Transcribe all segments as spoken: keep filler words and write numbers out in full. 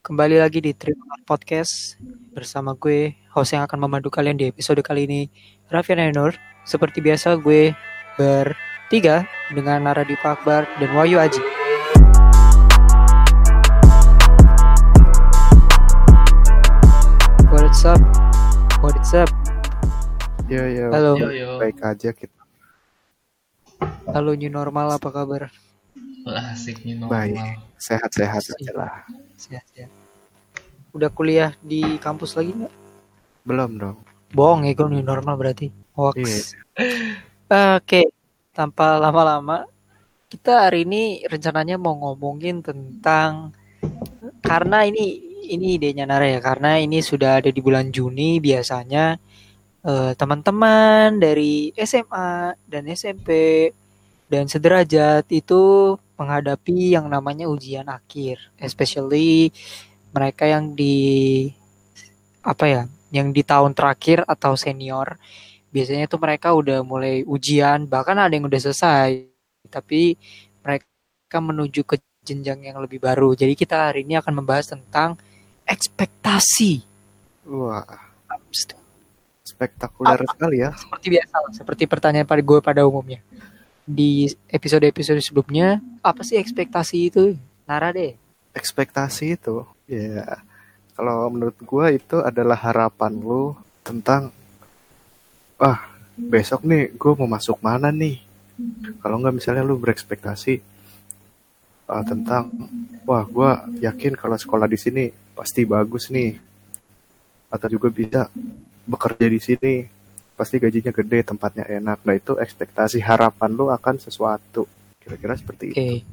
Kembali lagi di Tribun Podcast bersama gue, host yang akan memandu kalian di episode kali ini, Raffi Nur. Seperti biasa gue bertiga dengan Naradipa Akbar dan Wahyu Aji. What's up? What's up? Yo yo. Halo. Yo, yo. Baik aja kita. Halo new normal, apa kabar? Asik nih normal. Baik. Sehat-sehat aja lah. Sehat-sehat. Udah kuliah di kampus lagi nggak? Belum dong. Bohong ya, gue new normal berarti. Hoax. Iya. Oke, tanpa lama-lama, kita hari ini rencananya mau ngomongin tentang, karena ini ini idenya Nara ya, karena ini sudah ada di bulan Juni. Biasanya eh, teman-teman dari S M A dan S M P dan sederajat itu menghadapi yang namanya ujian akhir, especially mereka yang di apa ya, yang di tahun terakhir atau senior. Biasanya tuh mereka udah mulai ujian, bahkan ada yang udah selesai, tapi mereka menuju ke jenjang yang lebih baru. Jadi kita hari ini akan membahas tentang ekspektasi. Wah, spektakuler Apa? sekali ya. Seperti biasa, seperti pertanyaan pada gue pada umumnya. Di episode-episode sebelumnya, apa sih ekspektasi itu? Nara deh. Ekspektasi itu, ya. Kalau menurut gua itu adalah harapan lu tentang, ah besok nih gue mau masuk mana nih. Kalau nggak misalnya lu berekspektasi uh, tentang, wah gua yakin kalau sekolah di sini pasti bagus nih, atau juga bisa bekerja di sini. Pasti gajinya gede, tempatnya enak. Nah itu ekspektasi, harapan lu akan sesuatu. Kira-kira seperti Oke. itu.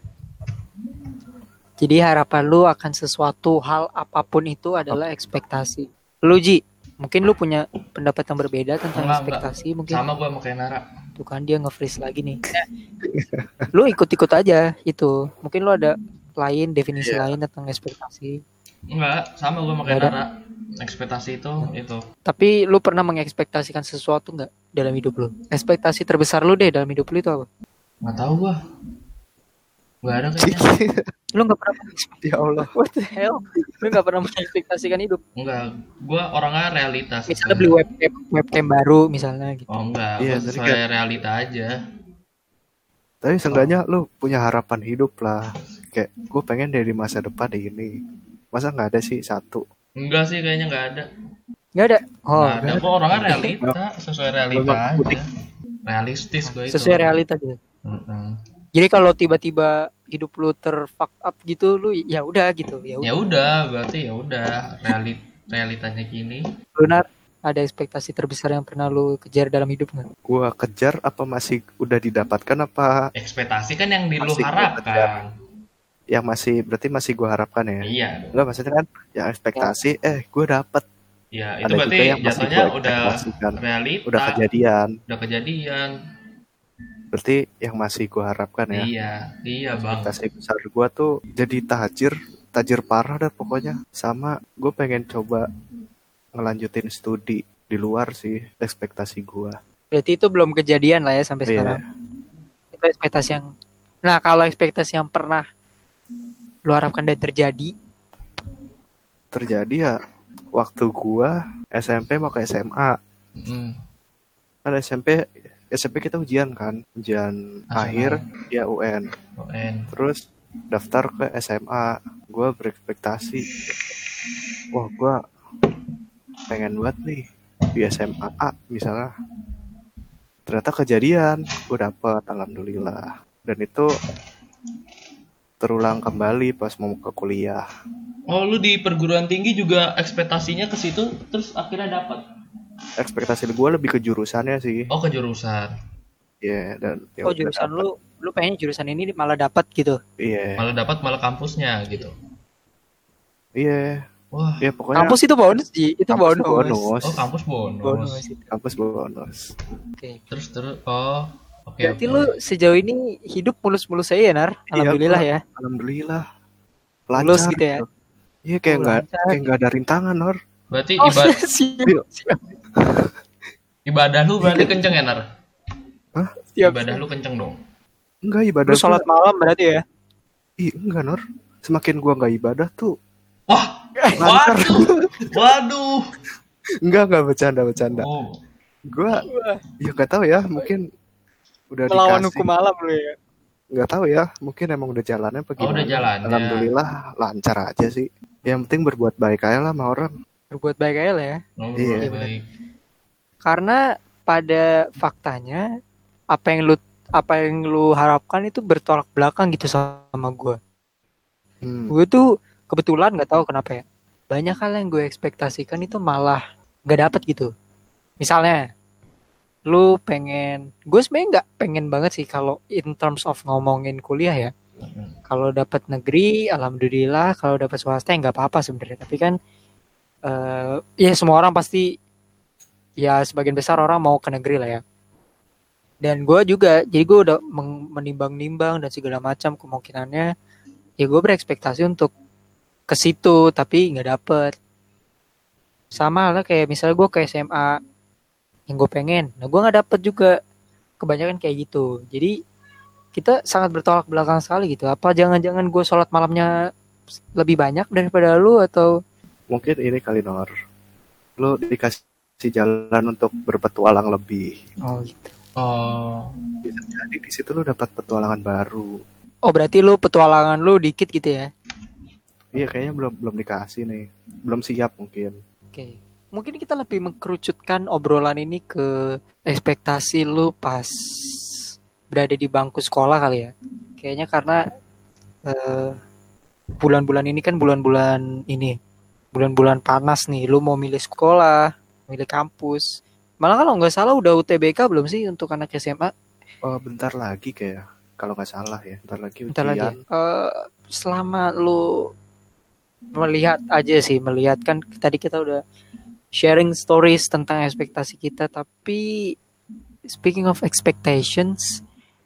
Jadi harapan lu akan sesuatu hal apapun itu adalah ekspektasi. Lu Ji, mungkin lu punya pendapat yang berbeda tentang Enggak, ekspektasi enggak. mungkin. Sama gue sama kayak Nara. Tuh kan dia nge-freeze lagi nih. Lu ikut-ikut aja itu. Mungkin lu ada lain definisi Iya. lain tentang ekspektasi. Enggak, sama gue sama kayak Nggak ada. Nara. Ekspektasi itu itu. Tapi lu pernah mengekspektasikan sesuatu nggak dalam hidup lu? Ekspektasi terbesar lu deh dalam hidup lu itu apa? Nggak tahu gue. Nggak ada kayaknya. Lu nggak pernah mengekspektasikan. Ya Allah. What the hell? Lu nggak pernah mengekspektasikan hidup? Enggak, gue orangnya realitas. Misalnya beli webcam, webcam baru misalnya gitu. Oh enggak, Iya, gue tadi sesuai kan- realita aja. Tapi seenggaknya lu punya harapan hidup lah. Kayak gue pengen dari masa depan ini. Masa nggak ada sih satu? Enggak sih, kayaknya nggak ada. Nggak ada. Oh, Nggak ada. Gue orangnya realita, sesuai realita Memang aja. Realistis gue itu. sesuai realita gitu. Mm-mm. Jadi kalau tiba-tiba hidup lu terfuck up gitu, lu ya udah gitu, ya udah. Ya udah, berarti ya udah realit realitanya gini. Benar. Ada ekspektasi terbesar yang pernah lu kejar dalam hidup nggak? Gue kejar apa masih udah didapatkan apa Ekspektasi kan yang di lu Masih gua harapkan. yang masih berarti masih gue harapkan ya? Iya. Enggak, maksudnya kan yang ekspektasi eh gue dapet. Ya, Ada itu berarti juga yang masih jatuhnya gua udah ekspektasikan. realita, Udah kejadian. udah kejadian. Berarti yang masih gue harapkan ya. Iya, iya bang. Ekspektasi besar gue tuh jadi tajir, tajir parah dah pokoknya. Sama gue pengen coba ngelanjutin studi di luar sih ekspektasi gue. Berarti itu belum kejadian lah ya sampai Iya. sekarang. Itu ekspektasi yang. Nah, kalau ekspektasi yang pernah lu harapkan dan terjadi, Terjadi ya waktu gue S M P mau ke S M A. Mm. Kan S M P S M P kita ujian kan, ujian Nasional. akhir ya U N. O N. Terus daftar ke S M A, gue berekspektasi, wah gue pengen buat nih di S M A A misalnya. Ternyata kejadian, gue dapet, alhamdulillah. Dan itu terulang kembali pas mau ke kuliah. Oh, lu di perguruan tinggi juga ekspektasinya ke situ, terus akhirnya dapat. Ekspektasi gue lebih ke jurusannya sih, Oh, ke jurusan. ya dan ya oh udah jurusan dapet. lu, lu pengen jurusan ini malah dapat gitu. Iya, Malah dapat malah kampusnya gitu. iya, Wah, ya pokoknya Kampus itu bonus Ji, itu kampus bonus. bonus, oh kampus bonus. Bonus itu. kampus bonus. Oke. Terus terus oh, oke. Berarti oke. lu sejauh ini hidup mulus-mulus aja ya, Nar? Alhamdulillah gua- ya. Alhamdulillah, Mulus lancar gitu ya. Iya kayak Oh, nggak lancar. kayak nggak ada rintangan Nor. Berarti Oh, iba- siap, siap, ibadah lu berarti kenceng ya, Nar? Hah? siap. Ibadah lu kenceng dong. Enggak ibadah Lu sholat gua- malam berarti ya? Ih enggak Nor. Semakin gua nggak ibadah tuh Wah, Lancar. waduh, waduh. Enggak, enggak bercanda, bercanda. Oh, Gua ya nggak tahu ya, mungkin udah Melawan dikasih. hukum alam lu ya. Nggak tahu ya, mungkin emang udah jalannya apa oh, udah gimana. jalannya. Alhamdulillah lancar aja sih. Yang penting berbuat baik aja lah sama orang. Berbuat baik aja lah ya. Oh, Iya. baik. Karena pada faktanya apa yang lu apa yang lu harapkan itu bertolak belakang gitu sama gue. Hmm. Gue tuh kebetulan nggak tahu kenapa ya. Banyak hal yang gue ekspektasikan itu malah nggak dapet gitu. Misalnya, lu pengen, gue sebenarnya nggak pengen banget sih kalau in terms of ngomongin kuliah ya. Kalau dapat negeri, alhamdulillah. Kalau dapat swasta, ya nggak apa-apa sebenarnya. Tapi kan, uh, ya semua orang pasti, ya sebagian besar orang mau ke negeri lah ya. Dan gue juga, jadi gue udah menimbang-nimbang dan segala macam kemungkinannya. Ya gue berekspektasi untuk ke situ, tapi nggak dapet. Sama lah kayak misalnya gue ke S M A yang gue pengen, nah gue nggak dapet juga. Kebanyakan kayak gitu. Jadi kita sangat bertolak belakang sekali gitu. Apa jangan-jangan gue sholat malamnya lebih banyak daripada lu atau? Mungkin ini kali Nor, lu dikasih jalan untuk berpetualang lebih. Oh gitu. Oh, Bisa jadi di situ lu dapat petualangan baru. Oh berarti lu petualangan lu dikit gitu ya? Iya kayaknya belum belum dikasih nih, belum siap mungkin. Oke. Mungkin kita lebih mengkerucutkan obrolan ini ke ekspektasi lu pas berada di bangku sekolah kali ya. Kayaknya karena uh, bulan-bulan ini kan bulan-bulan ini, bulan-bulan panas nih. Lu mau milih sekolah, milih kampus. Malah kalau nggak salah udah U T B K belum sih untuk anak S M A? Oh bentar lagi kayak, kalau nggak salah ya, bentar lagi ujian. Bentar lagi. Uh, selama lu melihat aja sih, melihat kan tadi kita udah sharing stories tentang ekspektasi kita, tapi speaking of expectations,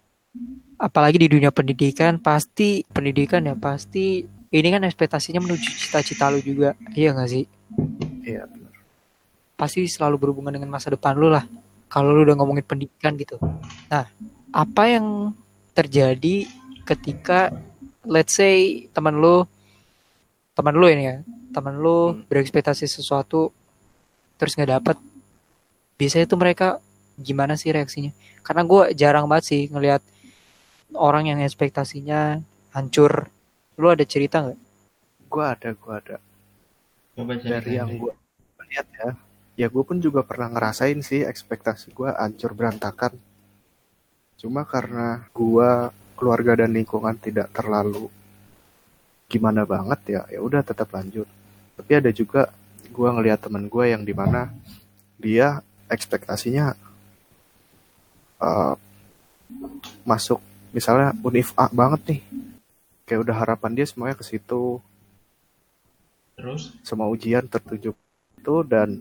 apalagi di dunia pendidikan, pasti pendidikan ya pasti ini kan ekspektasinya menuju cita-cita lu juga, iya nggak sih? Iya benar. Pasti selalu berhubungan dengan masa depan lu lah. Kalau lu udah ngomongin pendidikan gitu. Nah, apa yang terjadi ketika let's say teman lu, teman lu ini ya, teman lu Hmm. berekspektasi sesuatu terus nggak dapet, biasanya tuh mereka gimana sih reaksinya? Karena gue jarang banget sih ngelihat orang yang ekspektasinya hancur. Lu ada cerita nggak? Gue ada, gue ada. coba Dari ceritain yang deh. gue lihat ya, ya gue pun juga pernah ngerasain sih ekspektasi gue hancur berantakan. Cuma karena gue, keluarga dan lingkungan tidak terlalu gimana banget ya, ya udah tetap lanjut. Tapi ada juga gue ngelihat teman gue yang dimana dia ekspektasinya uh, masuk misalnya univ A banget nih, kayak udah harapan dia semuanya ke situ, Terus? semua ujian tertuju itu. Dan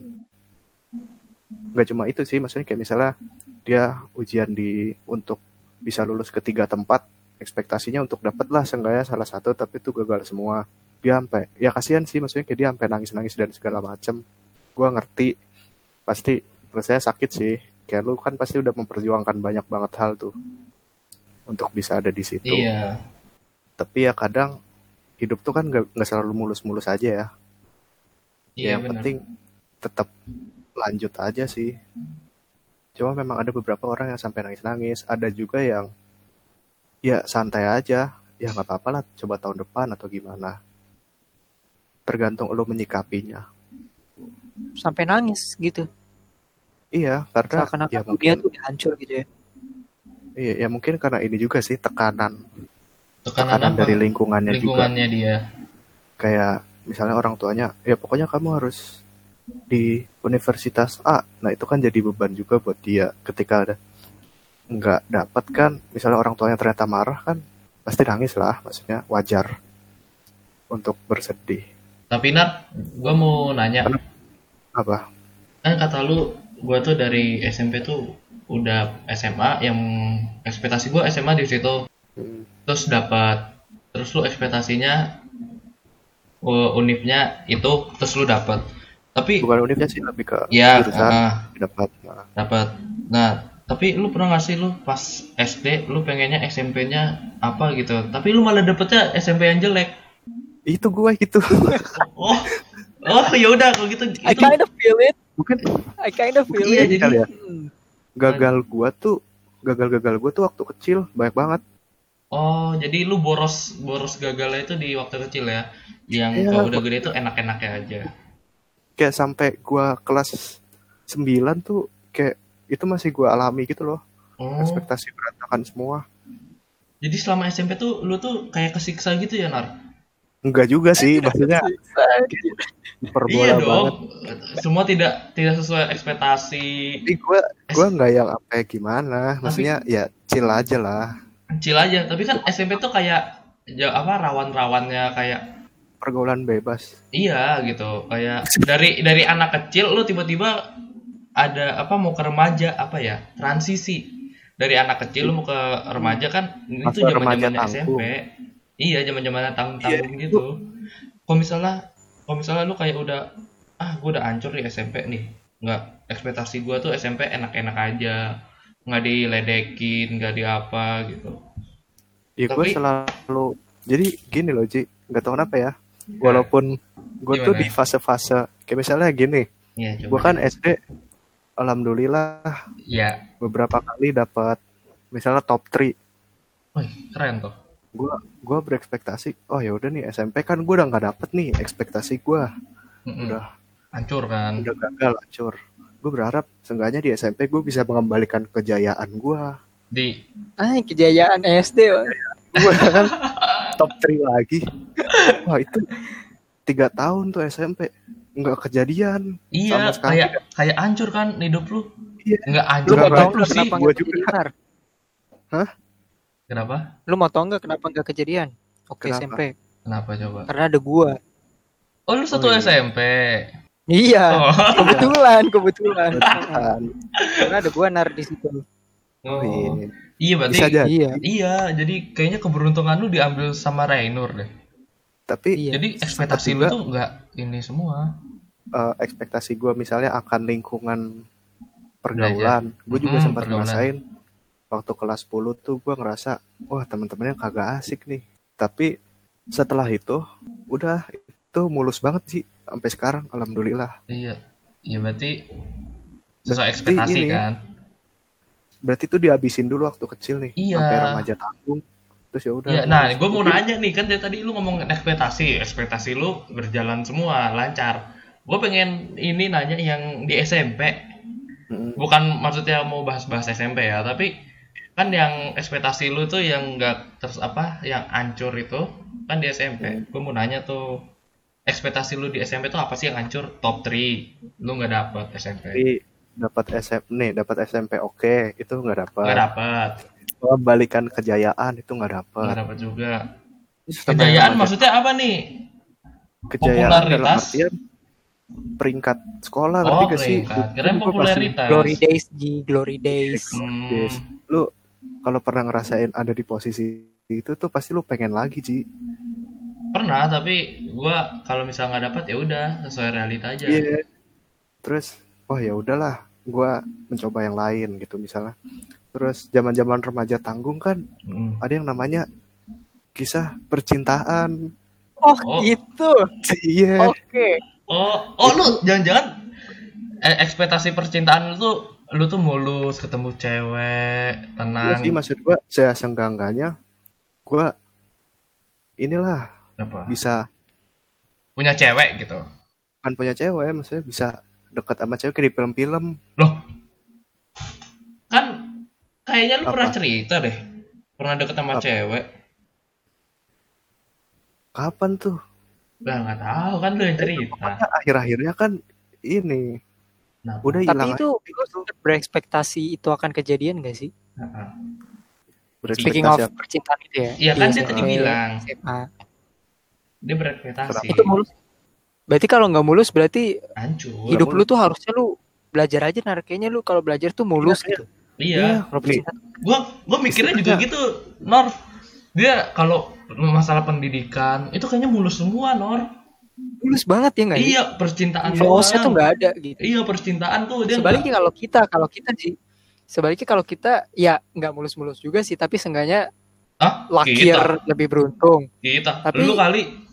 nggak cuma itu sih, maksudnya kayak misalnya dia ujian di untuk bisa lulus ke tiga tempat, ekspektasinya untuk dapat lah seenggaknya salah satu, tapi itu gagal semua. Dia sampai, ya kasihan sih, maksudnya kayak dia sampai nangis-nangis dan segala macem. Gue ngerti, pasti rasanya sakit sih. Kayak lu kan pasti udah memperjuangkan banyak banget hal tuh untuk bisa ada di situ. Iya. Tapi ya kadang hidup tuh kan nggak nggak selalu mulus-mulus aja ya. Iya Yang benar. penting tetap lanjut aja sih. Cuma memang ada beberapa orang yang sampai nangis-nangis. Ada juga yang ya santai aja. Ya nggak apa-apa lah, coba tahun depan atau gimana. Tergantung lo menyikapinya. Sampai nangis gitu. Iya, karena Seakan-akan ya dunia mungkin tuh udah hancur gitu ya. iya, ya mungkin karena ini juga sih tekanan, Tekanan tekanan apa? dari lingkungannya juga. Lingkungannya dia. Kayak misalnya orang tuanya, ya pokoknya kamu harus di universitas A. Nah itu kan jadi beban juga buat dia ketika ada nggak dapat kan. Misalnya orang tuanya ternyata marah kan, pasti nangis lah, maksudnya wajar untuk bersedih. Tapi Nat, gue mau nanya. Apa? Kan kata lu, gue tuh dari S M P tuh udah S M A yang ekspektasi gue S M A di situ. Hmm. Terus dapat, terus lu ekspektasinya uh, univnya itu, terus lu dapat. Tapi Bukan univnya sih, lebih ke ya jurusan ah, dapat. Nah, dapat. Nah, tapi lu pernah nggak sih lu pas S D lu pengennya S M P-nya apa gitu, tapi lu malah dapetnya S M P yang jelek. Itu gue gitu. Oh, oh ya udah kalau gitu I itu kind of feel it. Mungkin I kind of feel iya it. jadi kali ya. Hmm. Gagal gue tuh, gagal-gagal gue tuh waktu kecil banyak banget. oh jadi lu boros boros gagalnya itu di waktu kecil ya. Yang Iya, kalau udah gede itu enak-enaknya aja. kayak sampai gue kelas sembilan tuh kayak itu masih gue alami gitu loh. Oh, Ekspektasi berantakan semua. jadi selama S M P tuh lu tuh kayak kesiksa gitu ya, Nar? Enggak juga sih, maksudnya Iya. hiperbola Iya banget. dong. Semua tidak tidak sesuai ekspektasi. Tapi gue gue nggak yang apa ya gimana, maksudnya ya chill aja lah, Kecil aja, tapi kan S M P tuh kayak ya apa rawan-rawannya kayak pergaulan bebas. iya gitu. Kayak dari dari anak kecil lu tiba-tiba ada apa mau ke remaja apa ya? Transisi. Dari anak kecil lu mau ke remaja kan itu Masa remaja zaman-zamannya S M P. tanggung. Iya, zaman-zamannya tanggung-tanggung gitu. Kalau misalnya kalau misalnya lu kayak udah ah gue udah hancur di S M P nih. Nggak ekspektasi gue tuh S M P enak-enak aja. Nggak diledekin, nggak di apa gitu. Ya gue Tapi selalu jadi gini loh Ji, nggak tahu kenapa ya. Walaupun gue tuh Gimana? di fase-fase kayak misalnya gini, Iya, gue coba. kan S D, alhamdulillah Iya. beberapa kali dapat misalnya top tiga. Wih, keren tuh. Gue gue berekspektasi, oh ya udah nih S M P kan gue udah nggak dapet nih, ekspektasi gue Mm-mm. udah Hancur kan. udah gagal hancur. Gue berharap seenggaknya di S M P gue bisa mengembalikan kejayaan gue. Di Ah, kejayaan S D. Bang. Gue kan top tiga lagi. Wah itu tiga tahun tuh S M P nggak kejadian sama iya sekali. kayak kayak hancur kan hidup lu. Iya. Nggak Lu hancur mau Nggak tau gitu nggak sih. kenapa Gua nggak juga. kejadian? Nar? Kenapa? Lu mau tau nggak kenapa nggak kejadian? Oke Kenapa? S M P. Kenapa coba? Karena ada gua. Oh lu satu Oh, iya. S M P. Iya. Oh. Kebetulan, kebetulan. Kan. Karena ada gua Nar di situ. Oh, Oh. iya. Iya berarti. Bisa jadi. Iya. Iya, jadi kayaknya keberuntungan lu diambil sama Rainur deh. Tapi Iya. Jadi ekspektasi lu juga- tuh nggak ini semua. eh, ekspektasi gue misalnya akan lingkungan pergaulan, gue juga Mm-mm, sempat pergaulan. ngerasain waktu kelas sepuluh tuh gue ngerasa wah teman-temannya kagak asik nih. Tapi setelah itu udah itu mulus banget sih sampai sekarang alhamdulillah. Iya. Iya berarti sesuai Berarti ekspektasi ini- kan. Berarti itu dihabisin dulu waktu kecil nih Iya. sampai remaja tanggung. Terus ya udah. Iya, nah gue mau nanya nih kan dari tadi lu ngomong ekspektasi, ekspektasi lu berjalan semua lancar. Gue pengen ini nanya yang di S M P, Mm-mm. bukan maksudnya mau bahas-bahas S M P ya, tapi kan yang ekspektasi lu tuh yang nggak terus apa, yang hancur itu kan di S M P. Gue mau nanya tuh ekspektasi lu di S M P tuh apa sih yang hancur? Top tiga, lu nggak dapet S M P, Tapi dapat S M P nih, dapat S M P oke, itu nggak dapat. nggak dapet, Mengembalikan kejayaan itu nggak nggak dapat. dapet juga. Terus sampai Kejayaan remaja- maksudnya apa nih? kejayaan dalam popularitas? artian peringkat sekolah, ngerti Oh gak sih? peringkat, Itu kirain gua masih- popularitas. Glory days Ji, glory days. Hmm. Yes. Lu kalau pernah ngerasain ada di posisi itu tuh pasti lu pengen lagi Ci. Pernah, tapi gua kalau misalnya nggak dapat ya udah sesuai realita aja. Iya. Terus oh ya udahlah, gua mencoba yang lain gitu misalnya. Terus zaman-zaman remaja tanggung kan Mm. ada yang namanya kisah percintaan. Oh, Oh. gitu. Iya. Oke. Oh, oh lu jangan-jangan eh, ekspektasi percintaan lu tuh lu tuh mulus ketemu cewek, Iya tenang. sih, maksud gua saya senggangganya gua inilah Apa? bisa Punya cewek gitu. kan punya cewek, maksudnya bisa dekat sama cewek kayak di film-film. Loh. Kan kayaknya lu Apa? pernah cerita deh. Pernah deket sama Apa? cewek. Kapan tuh? Udah nggak tahu kan lu yang cerita. Pokoknya akhir-akhirnya kan ini Nah, udah Tapi hilang itu aja lu gitu. berekspektasi itu akan kejadian gak sih? heeh. Speaking of Berekspektasi percintaan itu ya. Iya di kan dia S M P, tadi bilang S M A. dia berekspektasi. Itu mulus. Berarti kalau nggak mulus berarti Hancur. hidup mulus. lu tuh harusnya lu belajar aja Nar. Kayaknya lu kalau belajar tuh mulus Iya, gitu. Iya. Kalau nih, percintaan gua gua mikirnya juga gitu, Nor. Dia kalau masalah pendidikan itu kayaknya mulus semua, Nor. mulus banget ya nggak sih? Iya, percintaan Chaosnya doang. tuh nggak ada gitu. Iya, percintaan tuh dia Sebaliknya kalau kita, kalau kita sih, sebaliknya kalau kita ya nggak mulus-mulus juga sih, tapi seenggaknya nggak- ah, luckier, kita, lebih beruntung. kita. Tapi- Lu kali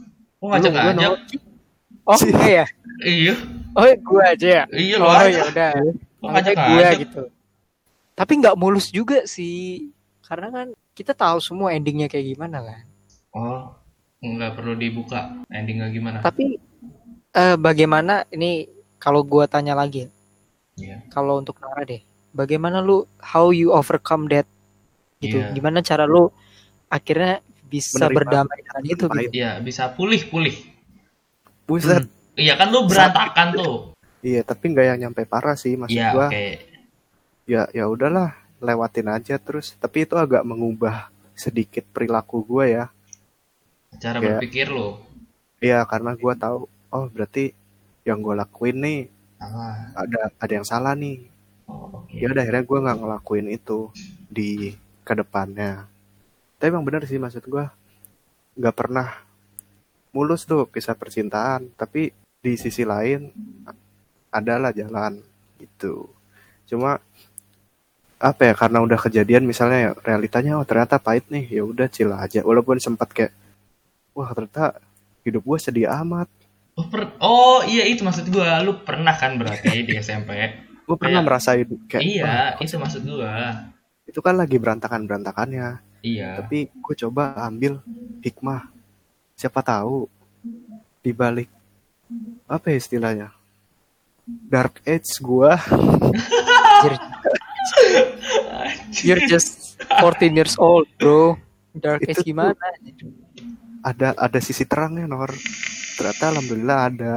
Kok ngajak-ngajak? Oh enggak ya? Iya. Oh gue aja ya? Iya Oh loh. ya udah. Kok Makanya gue ngajak-ngajak? gitu. Tapi nggak mulus juga sih, karena kan kita tahu semua endingnya kayak gimana kan. Oh, nggak perlu dibuka endingnya gimana? Tapi eh, bagaimana ini kalau gue tanya lagi, Iya. kalau untuk Nara deh, bagaimana lu how you overcome that gitu? Iya. Gimana cara lu akhirnya bisa Menerima berdamai dengan itu pahit. gitu? Iya, bisa pulih-pulih. Buset. Iya kan lu berantakan tuh. Iya, tapi nggak yang nyampe parah sih, maksud Iya, gua. oke. Ya ya udahlah, lewatin aja terus. Tapi itu agak mengubah sedikit perilaku gua ya. Cara Kayak- berpikir lo. Iya, karena gua tahu, oh berarti yang gua lakuin nih Ah, ada ada yang salah nih. oh, oke. Ya udah, akhirnya gua nggak ngelakuin itu di kedepannya. Tapi emang bener sih, maksud gua nggak pernah mulus tuh kisah percintaan. Tapi di sisi lain adalah jalan gitu. Cuma apa ya, karena udah kejadian misalnya ya, realitanya oh ternyata pahit nih, ya udah chill aja. Walaupun sempat kayak wah ternyata hidup gue sedih amat. Oh, per- oh, iya itu maksud gua. Lu pernah kan berarti di S M P? Gue pernah Kayak- merasain kayak Iya, wah, itu maksud gua. itu kan lagi berantakan berantakannya. Iya. Tapi gue coba ambil hikmah. Siapa tahu di balik apa ya istilahnya, dark age gue, You're, you're just fourteen years old, bro. Dark Itu age tuh- gimana? ada ada sisi terangnya, Nor. Ternyata alhamdulillah ada.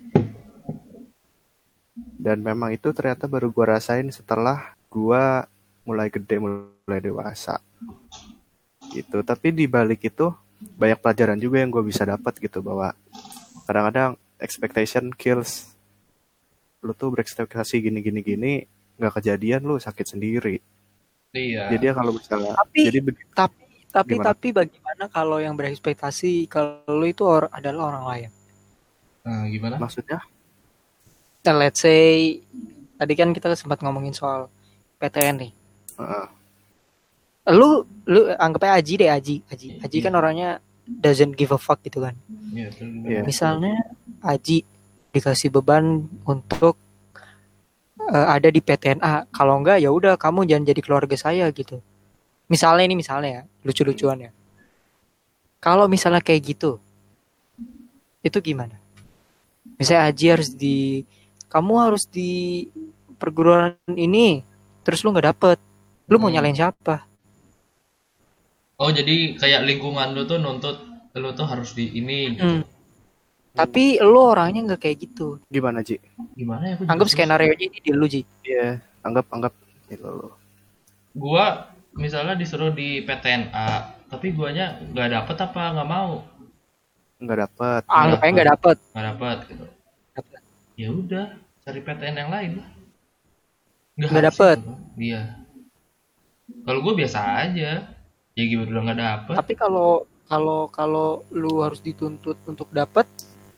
Dan memang itu ternyata baru gue rasain setelah gue mulai gede, mulai dewasa gitu. Tapi di balik itu banyak pelajaran juga yang gue bisa dapat gitu, bahwa kadang-kadang expectation kills. Lu tuh berekspektasi gini-gini gini, nggak kejadian, lu sakit sendiri. Iya. Jadi ya kalau misalnya, Tapi jadi begitu. tapi tapi Gimana? tapi bagaimana kalau yang berekspektasi kalau lu itu or, adalah orang lain? Nah, gimana? Maksudnya? Nah, let's say tadi kan kita sempat ngomongin soal P T N nih. Heeh. Lu lu anggap aja Aji deh, Aji. Aji, Aji Iya. kan orangnya doesn't give a fuck gitu kan. Iya, betul. Iya. Misalnya Aji dikasih beban untuk eh, ada di P T N A. Kalau enggak ya udah kamu jangan jadi keluarga saya gitu. Misalnya ini misalnya ya, lucu-lucuan ya. Kalau misalnya kayak gitu, itu gimana? Misalnya Aji harus di, kamu harus di perguruan ini, terus lu nggak dapet, lu mau Hmm. nyalain siapa? Oh, jadi kayak lingkungan lu tuh nuntut lu tuh harus di ini gitu. Hmm. Tapi lu orangnya nggak kayak gitu. Gimana, Ji? Gimana ya? Aku juga Anggap susah. skenario nya ini di lu, Ji. Iya, anggap anggap itu lo. Gua misalnya disuruh di P T N A, tapi guanya nggak dapet apa nggak mau? Nggak dapet. Anggap aja nggak dapet. Nggak dapet gitu. Dapet. Ya udah, cari P T N yang lain lah. Nggak harus dapet. itu, Bang. Iya. Kalau gue biasa aja. Ya gitu udah nggak dapet. Tapi kalau kalau kalau lu harus dituntut untuk dapet,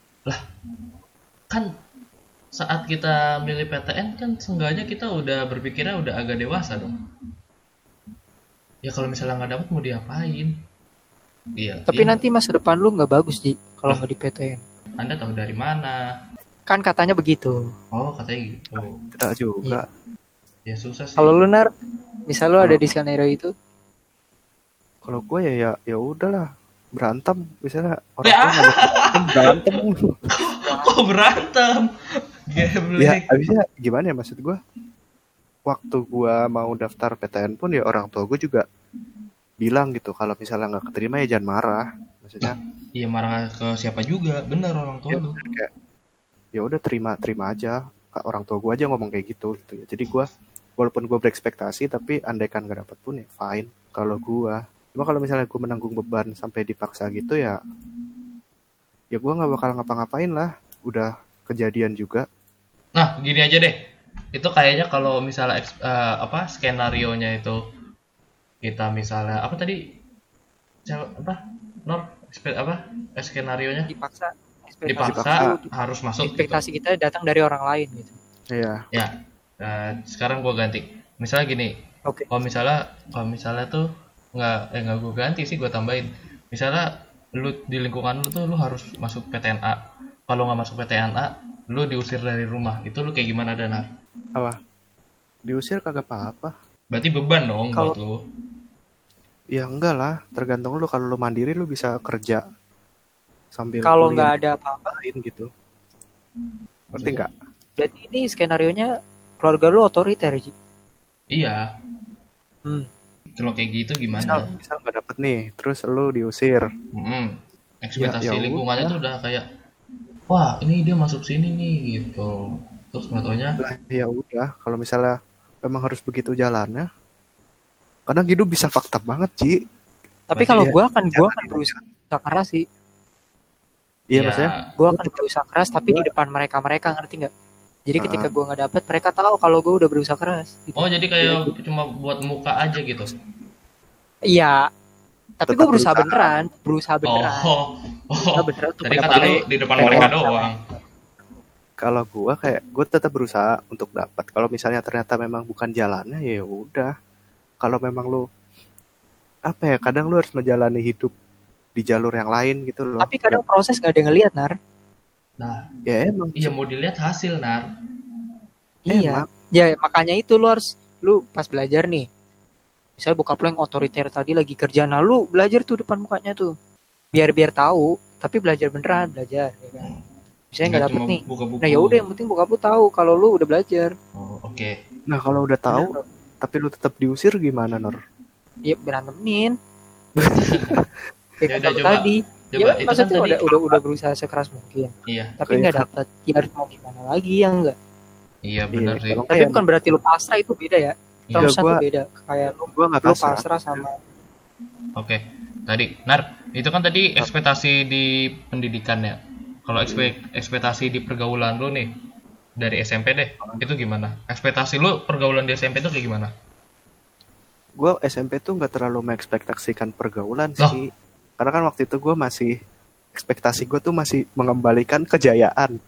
Kan saat kita milih P T N kan seenggaknya kita udah berpikirnya udah agak dewasa dong. Ya kalau misalnya nggak dapet mau diapain? Iya. tapi iya. nanti masa depan lu nggak bagus, Ji, kalau nggak di P T N. Anda tahu dari mana? Kan katanya begitu. Oh katanya gitu. Tidak juga. Ya susah sih. Kalau lu Nar, misal lu ada di skenario itu, Kalau gue ya ya ya udahlah, berantem misalnya orang Ya. tua ngajak berantem. Kok berantem? Ya, Geblek. abisnya gimana ya, maksud gue? Waktu gue mau daftar P T N pun ya orang tua gue juga bilang gitu, kalau misalnya nggak keterima ya jangan marah. Maksudnya Iya marah ke siapa juga, bener orang tua ya, lu. kayak ya udah terima terima aja. Kak, orang tua gue aja ngomong kayak gitu gitu ya. Jadi gue walaupun gue berekspektasi, tapi andaikan gak dapet pun ya fine kalau gue. Cuma kalau misalnya gue menanggung beban sampai dipaksa gitu ya, ya gue nggak bakal ngapa-ngapain lah. Udah kejadian juga. Nah gini aja deh, itu kayaknya kalau misalnya eks- eh, apa skenario nya itu kita misalnya apa tadi Cel- apa Nor Ekspe- apa eh, skenario nya dipaksa. dipaksa Dipaksa. harus masuk gitu. Ekspektasi kita datang dari orang lain gitu. Iya. Ya, nah, sekarang gua ganti. Misalnya gini, Oke. kalau misalnya kalau misalnya tuh nggak eh nggak gue ganti sih, gue tambahin. Misalnya lu di lingkungan lu tuh lu harus masuk P T N A. Kalau nggak masuk P T N A, lu diusir dari rumah. Itu lu kayak gimana, Danar? Apa? Diusir kagak apa-apa. Berarti beban dong Kalau- buat lu. Ya enggak lah, tergantung lu. Kalau lu mandiri lu bisa kerja sambil Kalau kuliah nggak ada apa-apa, lain gitu. Ngerti nggak? berarti ini skenario nya keluarga lu otoriter, Ji. Iya. Hmm. Kalau kayak gitu Misal, gimana? misal nggak dapet nih, terus lu diusir. Mm-mm. Ekspektasi Ya- ya lingkungannya udah. tuh udah kayak, wah ini dia masuk sini nih gitu. Terus nggak taunya, Lah ya udah, kalau misalnya memang harus begitu jalannya, kadang hidup bisa fakta banget, Ci. Tapi Berarti kalau ya, gua kan gua jangan akan berusaha keras sih. Iya ya, maksudnya, Gua akan berusaha keras tapi di depan mereka-mereka, ngerti nggak? Jadi ketika Ah. gua nggak dapet, mereka tahu kalau gua udah berusaha keras. Gitu. oh jadi kayak cuma buat muka aja gitu. Iya. Tapi Tetap gua berusaha berusaha. beneran, berusaha beneran. Oh, Berusaha oh. beneran untuk Tadi kata mendapatkan- lu di depan Kayak mereka orang doang. kalau gua kayak gue tetap berusaha untuk dapat. Kalau misalnya ternyata memang bukan jalannya, ya udah. Kalau memang lu apa ya, kadang lu harus menjalani hidup di jalur yang lain gitu loh. Tapi kadang proses gak ada yang ngeliat, Nar. Nah, Ya emang. iya mau dilihat hasil, Nar. Iya. Emang. Ya makanya itu lu harus lu pas belajar nih. Misalnya bokap lu yang otoriter tadi lagi kerja, nah lu belajar tuh depan mukanya tuh. Biar biar tahu, tapi belajar beneran, belajar ya kan. Misalnya nggak Nggak dapet cuma nih. buka buku. Nah ya udah yang penting bokap lu tahu kalau lu udah belajar. Oh, oke. Nah kalau udah tahu, tapi lu tetap diusir gimana, Nor? Ya berantemin. Ya Kayak udah, kata lu coba. tadi. Coba Ya itu kan maksudnya tadi. udah, udah udah berusaha sekeras mungkin. Iya, Tapi Kayak nggak kan- dapet. Ya harus mau gimana lagi ya enggak. iya benar Iya, sih. kalau Tapi kayak bukan berarti lu pasrah, itu beda ya. Iya. Terusnya gua- tuh beda. Kayak lu, gue nggak lu pasrah. pasrah sama. Oke. Tadi, Nar, itu kan tadi ekspektasi di pendidikan ya. Kalau ekspek ekspektasi di pergaulan lu nih dari S M P deh, itu gimana? Ekspektasi lu pergaulan di S M P itu kayak gimana? Gue S M P tuh nggak terlalu mengekspektasikan pergaulan Loh. sih. Karena kan waktu itu gue masih ekspektasi gue tuh masih mengembalikan kejayaan.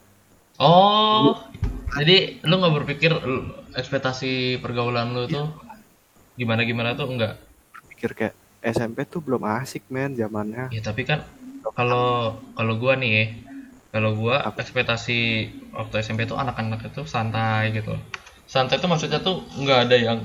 Oh, jadi lu nggak berpikir lu- ekspektasi pergaulan lu tuh gimana-gimana tuh enggak? Pikir kayak S M P tuh belum asik men zamannya. Ya tapi kan kalau kalau gua nih, ya, kalau gua ekspektasi waktu S M P tuh anak-anak itu santai gitu. Santai tuh maksudnya tuh nggak ada yang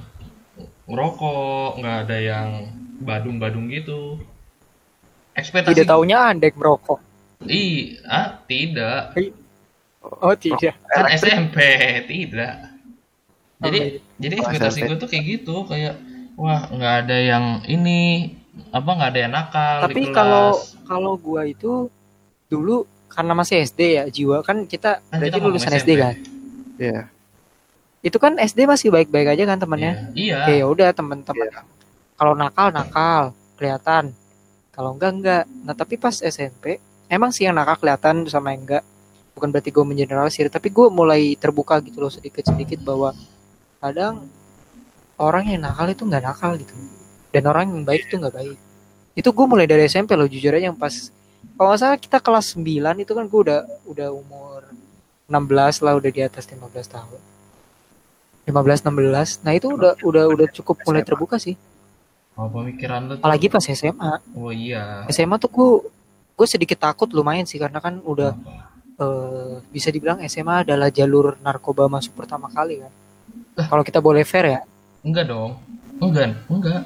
ngerokok, nggak ada yang badung-badung gitu. Ekspektasi Tidak taunya andek merokok. Ih, ah, tidak. Oh tidak. Kan S M P, tidak. Jadi Oh, iya. jadi Oh, ekspektasi S M P. gue tuh kayak gitu, kayak wah nggak ada yang ini apa nggak ada yang nakal di Tapi kelas. kalau kalau gua itu dulu karena masih S D ya, jiwa kan kita Kan berarti kita ngomong lulusan S S D M P. kan. Iya. Itu kan S D masih baik-baik aja kan temannya. Iya, Ya iya. ya udah teman-teman. Kalau nakal nakal kelihatan. Kalau enggak enggak. Nah, tapi pas S M P emang sih yang nakal kelihatan sama yang enggak. Bukan berarti gue mengeneralisir, tapi gue mulai terbuka gitu loh sedikit-sedikit bahwa kadang orang yang nakal itu nggak nakal gitu. Dan orang yang baik itu nggak baik. Itu gue mulai dari S M P loh, jujur aja yang pas kalau nggak salah kita kelas sembilan itu kan gue udah udah umur enam belas lah, udah di atas lima belas tahun. lima belas enam belas. Nah, itu udah udah udah cukup mulai terbuka sih. Oh, pemikiran lu tuh. Apalagi pas S M A. Oh iya. S M A tuh gue gue sedikit takut lumayan sih karena kan udah Apa? eh, bisa dibilang S M A adalah jalur narkoba masuk pertama kali kan. Kalau kita boleh fair ya. Enggak dong. Enggak, enggak.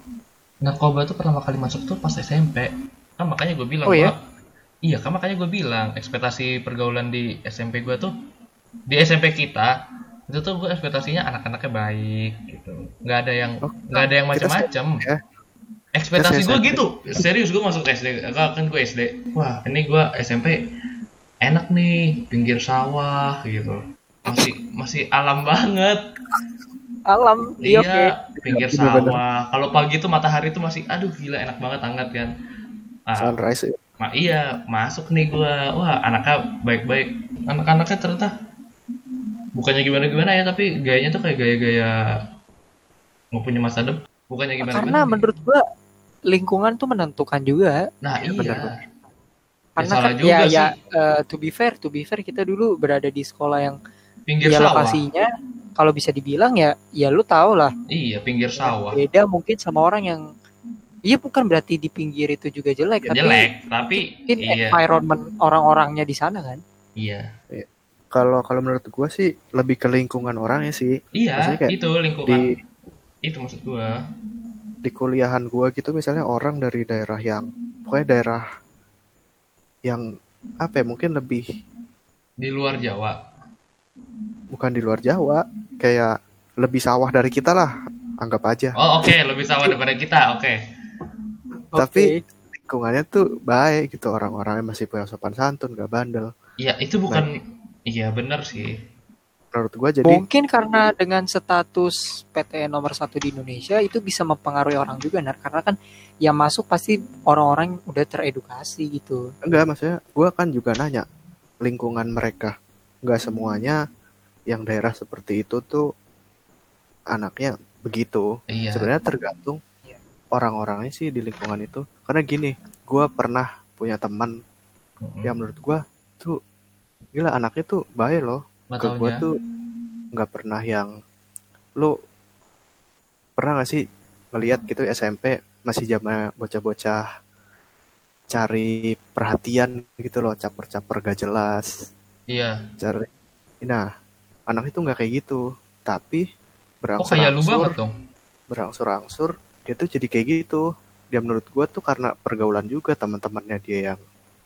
Narkoba tuh pertama kali masuk tuh pas S M P. Kan makanya gue bilang Oh, iya? gua- Iya, kan makanya gue bilang ekspektasi pergaulan di S M P gue tuh di S M P kita itu tuh gue ekspektasinya anak-anaknya baik gitu. Nggak ada yang Oh, nggak ada yang kita macam-macam. ya. Ekspektasi Kita gue S M P. gitu. Serius gue masuk S D, kan gue S D. Wah, ini gue S M P enak nih, pinggir sawah gitu. Masih masih alam banget. Alam, iya oke. Iya, pinggir Iya, bener. sawah. Kalau pagi tuh matahari tuh masih, aduh gila enak banget hangat kan. Ah, Sunrise. ma- iya, masuk nih gua. Wah, anaknya baik-baik. Anak-anaknya ternyata bukannya gimana-gimana ya, tapi gayanya tuh kayak gaya-gaya nggak punya masa depan. Bukannya gimana-gimana. Karena nih. menurut gua lingkungan tuh menentukan juga. Nah, Iya, iya. bener. Karena salah kan juga ya sih. ya eh, to be fair, to be fair kita dulu berada di sekolah yang Pinggir ya sawah. lokasinya kalau bisa dibilang ya ya lu tau lah Iya, pinggir sawah. beda mungkin sama orang yang Iya bukan berarti di pinggir itu juga jelek, Ya tapi jelek, tapi mungkin iya, environment orang-orangnya di sana kan. iya, Iya. Kalau kalau menurut gua sih lebih ke lingkungan orangnya sih. iya, Maksudnya kayak itu lingkungan, di itu maksud gua. di kuliahan gua gitu misalnya orang dari daerah yang pokoknya daerah yang apa ya mungkin lebih Di luar Jawa. bukan di luar Jawa, kayak lebih sawah dari kita lah, anggap aja. Oh oke, lebih sama daripada kita, oke. Tapi Oke. lingkungannya tuh baik gitu, orang-orangnya masih punya sopan santun, gak bandel. Iya, itu Nah, bukan, iya benar sih. menurut gua jadi Mungkin karena dengan status P T N nomor satu di Indonesia itu bisa mempengaruhi orang juga, Nar. Karena kan yang masuk pasti orang-orang udah teredukasi gitu. enggak, maksudnya gua kan juga nanya lingkungan mereka. Enggak semuanya yang daerah seperti itu tuh anaknya begitu. Iya. Sebenarnya tergantung orang-orangnya sih di lingkungan itu. Karena gini, gua pernah punya teman Mm-mm. yang menurut gua tuh gila anaknya tuh baik loh. Nggak Ke gua taunya. tuh nggak pernah yang lu pernah gak sih ngelihat gitu S M P masih zaman bocah-bocah cari perhatian gitu loh, caper-caper gak jelas, Iya. cari. Nah, anak itu nggak kayak gitu, tapi Oh kayak lu berangsur-angsur, banget dong. berangsur-angsur dia tuh jadi kayak gitu. Dia menurut gua tuh karena pergaulan juga teman-temannya dia yang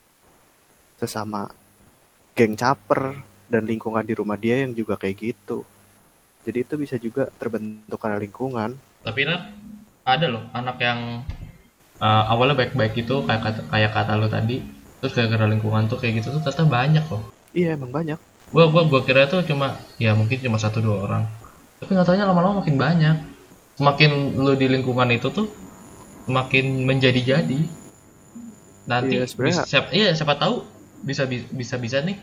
sesama geng caper dan lingkungan di rumah dia yang juga kayak gitu. Jadi itu bisa juga terbentuk karena lingkungan. Tapi kan ada loh anak yang uh, awalnya baik-baik itu kayak kata, kayak kata lu tadi. Terus gara-gara lingkungan tuh kayak gitu tuh ternyata banyak loh. Iya emang banyak. Gua gua gua kira tuh cuma ya mungkin cuma satu dua orang. Tapi nggak taunya lama-lama makin banyak. Semakin lu di lingkungan itu tuh semakin menjadi-jadi. Nanti Iya bisa sebenarnya siapa, iya siapa tahu bisa bisa bisa nih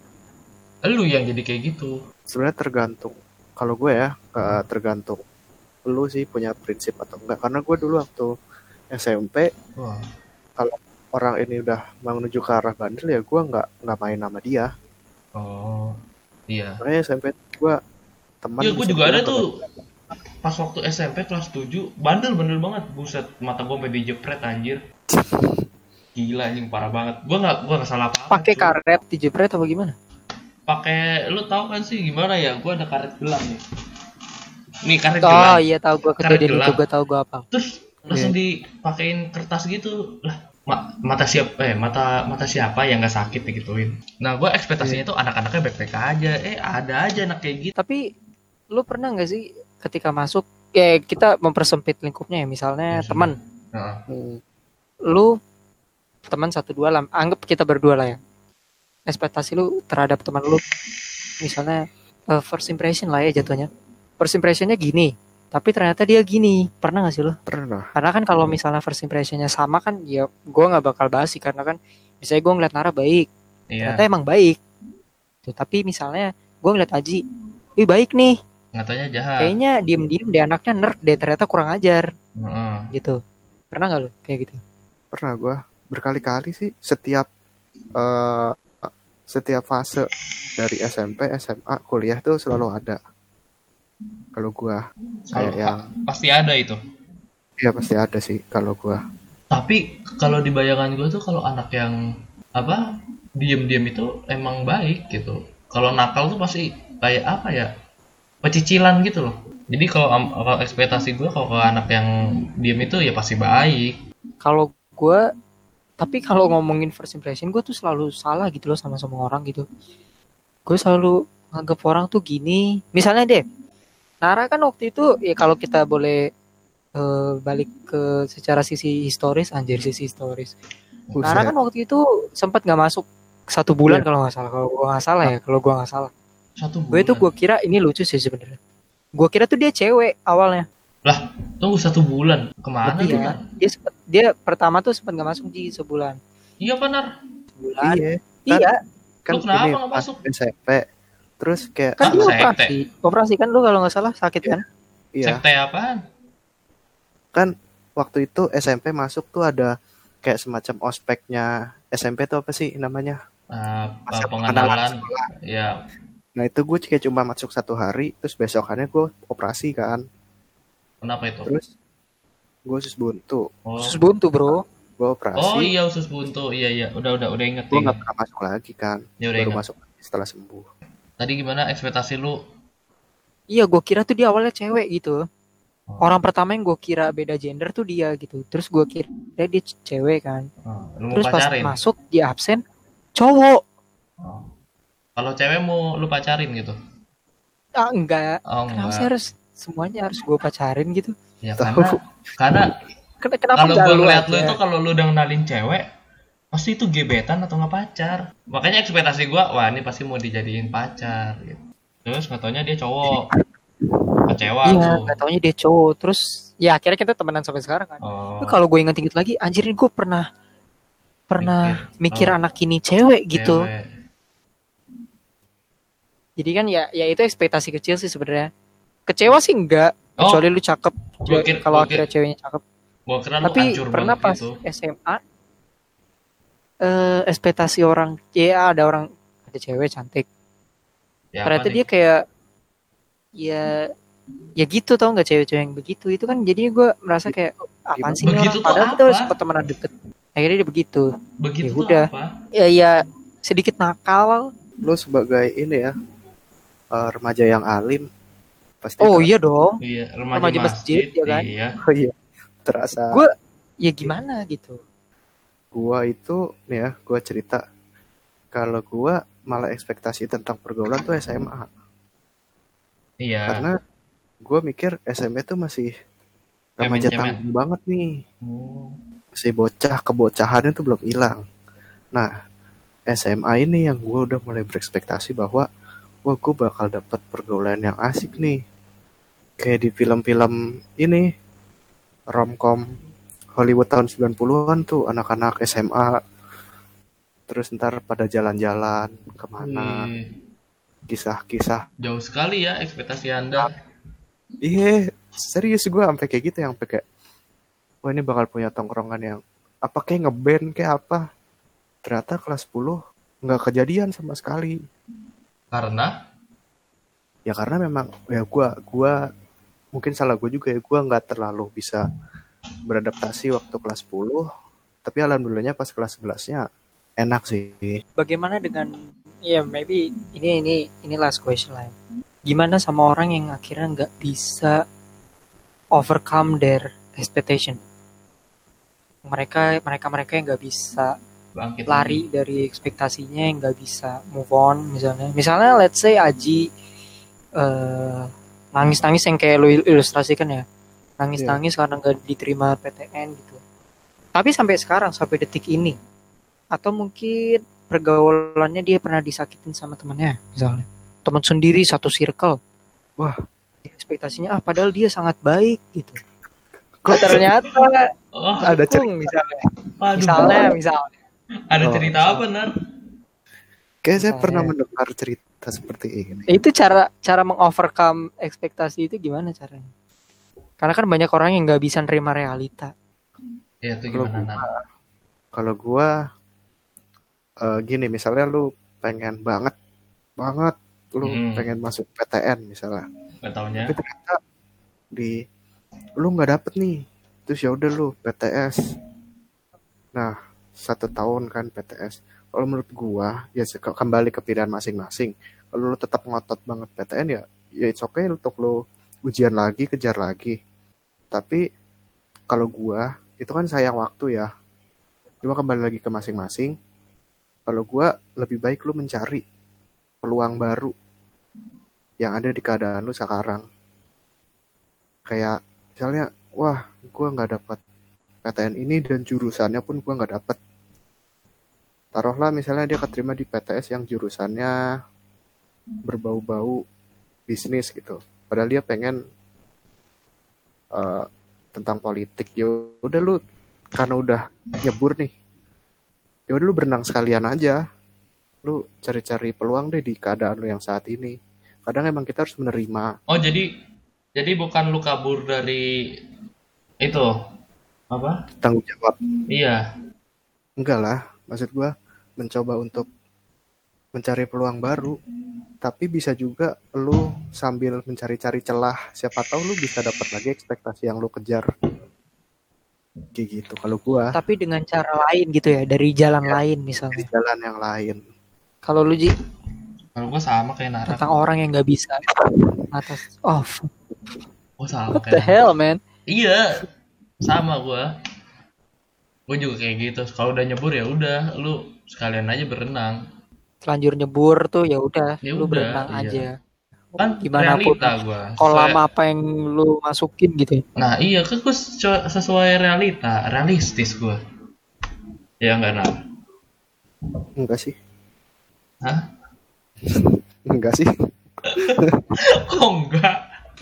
lu yang jadi kayak gitu. sebenarnya tergantung. Kalau gue ya eh, tergantung lu sih punya prinsip atau enggak. Karena gue dulu waktu S M P Wah. kalau orang ini udah menuju ke arah bandel ya gue nggak nggak main sama dia. Oh. Iya. Makanya S M P gue teman Iya, gue bisa juga ada dibilang tuh kalau pas waktu S M P kelas tujuh bandel bener banget, buset mata gue sampai dijepret anjir, gila anjing parah banget. Gue nggak gue nggak salah apa-apa Pakai cuy. karet dijepret apa gimana? Pakai, lu tahu kan sih gimana ya, gue ada karet gelang nih, nih karet Oh gelang, iya tahu gua karet kejadian itu, gelang, gua tahu gua apa. terus langsung dipakein kertas gitu lah. Ma- mata siapa eh mata mata siapa yang nggak sakit digituin. Nah gue ekspektasinya tuh anak-anaknya baik-baik aja, eh ada aja anak kayak gitu. Tapi lu pernah nggak sih ketika masuk ya kita mempersempit lingkupnya ya, misalnya Ya, teman, Nah, hmm, lu teman satu dua lah, anggap kita berdua lah ya. Ekspektasi lu terhadap teman lu misalnya eh, first impression lah ya jatuhnya. First impressionnya gini, tapi ternyata dia gini. Pernah gak sih lo? pernah. Karena kan kalau misalnya first impressionnya sama kan ya gue nggak bakal bahas sih, karena kan misalnya gue ngeliat Nara baik, iya, ternyata emang baik. Tuh, tapi misalnya gue ngeliat Aji, wih baik nih, nggak taunya jahat. kayaknya diem-diem deh anaknya nerd deh, ternyata kurang ajar Heeh. gitu. Pernah gak lo kayak gitu? Pernah gue berkali-kali sih setiap eh, setiap fase dari S M P, S M A, kuliah tuh selalu ada. Kalau gue kayak Selalu- yang pasti ada itu. ya pasti ada sih kalau gue. Tapi kalau di bayangan gue tuh kalau anak yang apa diem-diem itu emang baik gitu. Kalau nakal tuh pasti kayak apa ya, pecicilan gitu loh. Jadi kalau am- kalau ekspektasi gue kalau ke anak yang diem itu ya pasti baik. Kalau gue, tapi kalau ngomongin first impression gue tuh selalu salah gitu loh sama semua orang gitu. Gue selalu nganggap orang tuh gini. Misalnya deh, Nara kan waktu itu ya kalau kita boleh eh, balik ke secara sisi historis, anjir sisi historis. Nara Buset. kan waktu itu sempat nggak masuk satu bulan Iya. kalau nggak salah. Kalau gue nggak salah ya, kalau gue nggak salah. Satu Gue itu bulan. gue kira ini lucu sih sebenarnya. Gue kira tuh dia cewek awalnya. Lah, tunggu satu bulan. Kemana Lebih tuh, ya. Nar? Dia sempet, dia pertama tuh sempat nggak masuk di sebulan. Iya, apa, Nar? Sebulan. Iya. Iya. Kan Lu kenapa ini nggak pas masuk? S M P. Terus kayak Kan Ah, dia sekte. operasi. Operasi kan lu kalau nggak salah sakit kan? iya. Sekte apaan? Kan waktu itu S M P masuk tuh ada kayak semacam ospeknya S M P tuh apa sih namanya? Ah, Masa pengenalan. pengenalan sekolah. Ya, Nah itu gue kayak cuma masuk satu hari, terus besokannya gue operasi kan. kenapa itu? Terus Gue usus buntu. Oh. Usus buntu, Bro. Gue Oh operasi. iya usus buntu. Iya iya, udah udah udah inget Gue inget. nggak pernah masuk lagi kan. Ya udah Baru inget. masuk lagi setelah sembuh. Tadi gimana ekspektasi lu? Iya, gue kira tuh dia awalnya cewek gitu. Oh. Orang pertama yang gue kira beda gender tuh dia gitu. Terus gue kira dia cewek kan. Oh, lu mau Terus pas pacarin? masuk dia absen cowok. Oh. Kalau cewek mau lu pacarin gitu? Ah enggak. Oh Kenapa enggak. sih harus semuanya harus gue pacarin gitu? Ya Tahu. karena karena Ken- Kenapa kalau nggak gue lu ngeliat lu aja? itu kalau lu udah kenalin cewek pasti itu gebetan atau nggak pacar. Makanya ekspektasi gue, wah ini pasti mau dijadiin pacar gitu. Terus nggak taunya dia cowok. Kecewa Iya, langsung. nggak taunya dia cowok. Terus ya akhirnya kita temenan sampai sekarang kan. Oh, Tapi kalau gue inget-inget lagi, anjir gue pernah pernah mikir oh, anak ini cewek gitu. cewek. Jadi kan ya ya itu ekspektasi kecil sih sebenarnya. Kecewa sih enggak, Oh, kecuali lu cakep. Gua kira- Kalau gua kira- akhirnya ceweknya cakep. gua kira lu Tapi hancur pernah banget pas gitu. S M A eh ekspektasi orang ya ada orang ada cewek cantik. Ya, Ternyata apa nih? dia kayak ya ya gitu tau nggak cewek-cewek yang begitu itu kan jadinya gue merasa kayak apaan sih ini Begitu orang tuh padahal kita apa? udah sempat temenan deket akhirnya dia begitu Begitu Ya tuh udah. apa? ya ya sedikit nakal. Lu sebagai ini ya eh, remaja yang alim pasti Oh terasa- iya dong, Iya, remaja, Remaja masjid, ya kan? Iya. Oh iya, terasa. gue ya gimana gitu. Gua itu nih ya, gua cerita kalau gua malah ekspektasi tentang pergaulan tuh S M A. Iya. Karena gua mikir S M A tuh masih remaja Cemen-cemen. tanggung banget nih. Oh. Masih bocah, kebocahannya tuh belum hilang. Nah, S M A ini yang gua udah mulai berekspektasi bahwa wah gua bakal dapet pergaulan yang asik nih. Kayak di film-film ini romcom Hollywood tahun sembilan puluhan tuh anak-anak S M A terus ntar pada jalan-jalan kemana Wih, kisah-kisah. jauh sekali ya ekspektasi Anda. Iya serius gue sampai kayak gitu yang sampai kayak wah ini bakal punya tongkrongan yang apa kayak ngeband kayak apa. Ternyata kelas sepuluh nggak kejadian sama sekali. Karena Ya karena memang ya gue gua mungkin salah gue juga ya, gue nggak terlalu bisa beradaptasi waktu kelas sepuluh. Tapi alhamdulillahnya pas kelas sebelasnya enak sih. Bagaimana dengan ya maybe ini ini ini last question lah ya. Gimana sama orang yang akhirnya nggak bisa overcome their expectation? Mereka mereka mereka yang nggak bisa bangkit lari dari ekspektasinya, yang nggak bisa move on misalnya. Misalnya let's say Aji eh, nangis-nangis yang kayak lu ilustrasikan ya. Nangis-nangis karena nggak diterima P T N gitu. Tapi sampai sekarang, sampai detik ini. Atau mungkin pergaulannya dia pernah disakitin sama temannya misalnya. Teman sendiri satu circle. Wah. Ekspektasinya ah padahal dia sangat baik gitu. Kok ternyata Oh, Ada cerita. dukung misalnya. aduh. Misalnya, misalnya. Ada Oh. cerita apa, Nar? Kayak saya Misalnya. pernah mendengar cerita seperti ini. Itu cara cara mengovercome ekspektasi itu gimana caranya? Karena kan banyak orang yang nggak bisa nerima realita. Ya, itu Kalau gimana, gua, Nar? kalau gua eh, gini misalnya lu pengen banget banget lu Hmm. pengen masuk P T N misalnya. Gak taunya. Tapi ternyata di lu nggak dapet nih. Terus ya udah lu P T S. Nah, satu tahun kan P T S. Kalau menurut gua ya se- kembali ke pilihan masing-masing. Kalau lu tetap ngotot banget P T N ya ya it's okay untuk lu ujian lagi, kejar lagi. Tapi kalau gua itu kan sayang waktu ya. Cuma kembali lagi ke masing-masing. Kalau gua lebih baik lu mencari peluang baru yang ada di keadaan lu sekarang. Kayak misalnya, wah, gua nggak dapat P T N ini dan jurusannya pun gua nggak dapat. Taruhlah misalnya dia keterima di P T S yang jurusannya berbau-bau bisnis gitu. Padahal dia pengen eh, tentang politik. Ya udah lu karena udah nyebur nih. Ya udah lu berenang sekalian aja. Lu cari-cari peluang deh di keadaan lu yang saat ini. Kadang emang kita harus menerima. Oh, jadi jadi bukan lu kabur dari itu apa? Tanggung jawab. Iya. Enggak lah, maksud gua mencoba untuk mencari peluang baru. Tapi bisa juga lu sambil mencari-cari celah, siapa tahu lu bisa dapat lagi ekspektasi yang lu kejar. kayak gitu kalau gua. Tapi dengan cara lain gitu ya, dari jalan Ya, lain di misalnya. jalan yang lain. Kalau lu Ji, Kalau gue sama kayak Nara. tentang orang yang nggak bisa atas off. Oh sama What the kayak Nara. hell, man? Iya, sama gue. Gue juga kayak gitu. Kalau udah nyebur ya udah, lu sekalian aja berenang. Telanjur nyebur tuh ya udah, Ya lu udah, berenang iya. aja. Kan Gimana pun realita gue. kolam apa yang lu masukin gitu ya. Nah iya, kan gue sesu- sesuai realita, realistis gue. Ya enggak Nara? Enggak sih. Hah? Enggak sih. Kok enggak?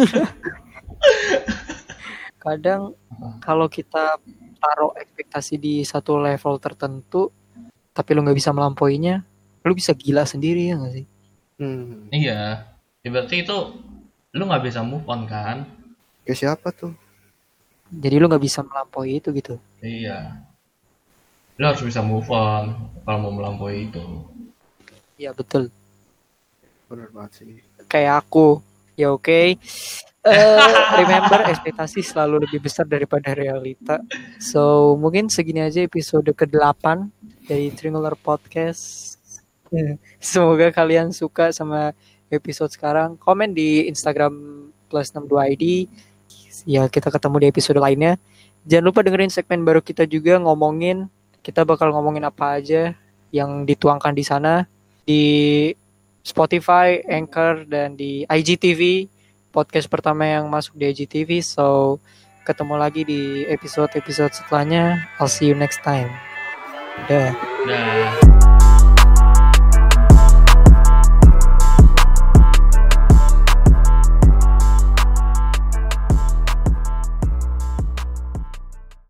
Kadang kalau kita taruh ekspektasi di satu level tertentu, tapi lu nggak bisa melampauinya, lu bisa gila sendiri ya nggak sih? Hmm. Iya. Ya, berarti itu lu nggak bisa move on kan? Kayak siapa tuh? Jadi lu nggak bisa melampaui itu gitu. Iya. Lu harus bisa move on kalau mau melampaui itu. Iya betul. Bener banget sih. Kayak aku, ya oke. Okay. Uh, remember ekspektasi selalu lebih besar daripada realita. So mungkin segini aja episode kedelapan dari Triangular Podcast. Semoga kalian suka sama episode sekarang. Komen di Instagram plus enam dua I D. Ya kita ketemu di episode lainnya. Jangan lupa dengerin segmen baru kita juga, ngomongin, kita bakal ngomongin apa aja yang dituangkan di sana, di Spotify, Anchor, dan di I G T V. Podcast pertama yang masuk di I G T V. So ketemu lagi di episode-episode setelahnya. I'll see you next time. Dah. Dah.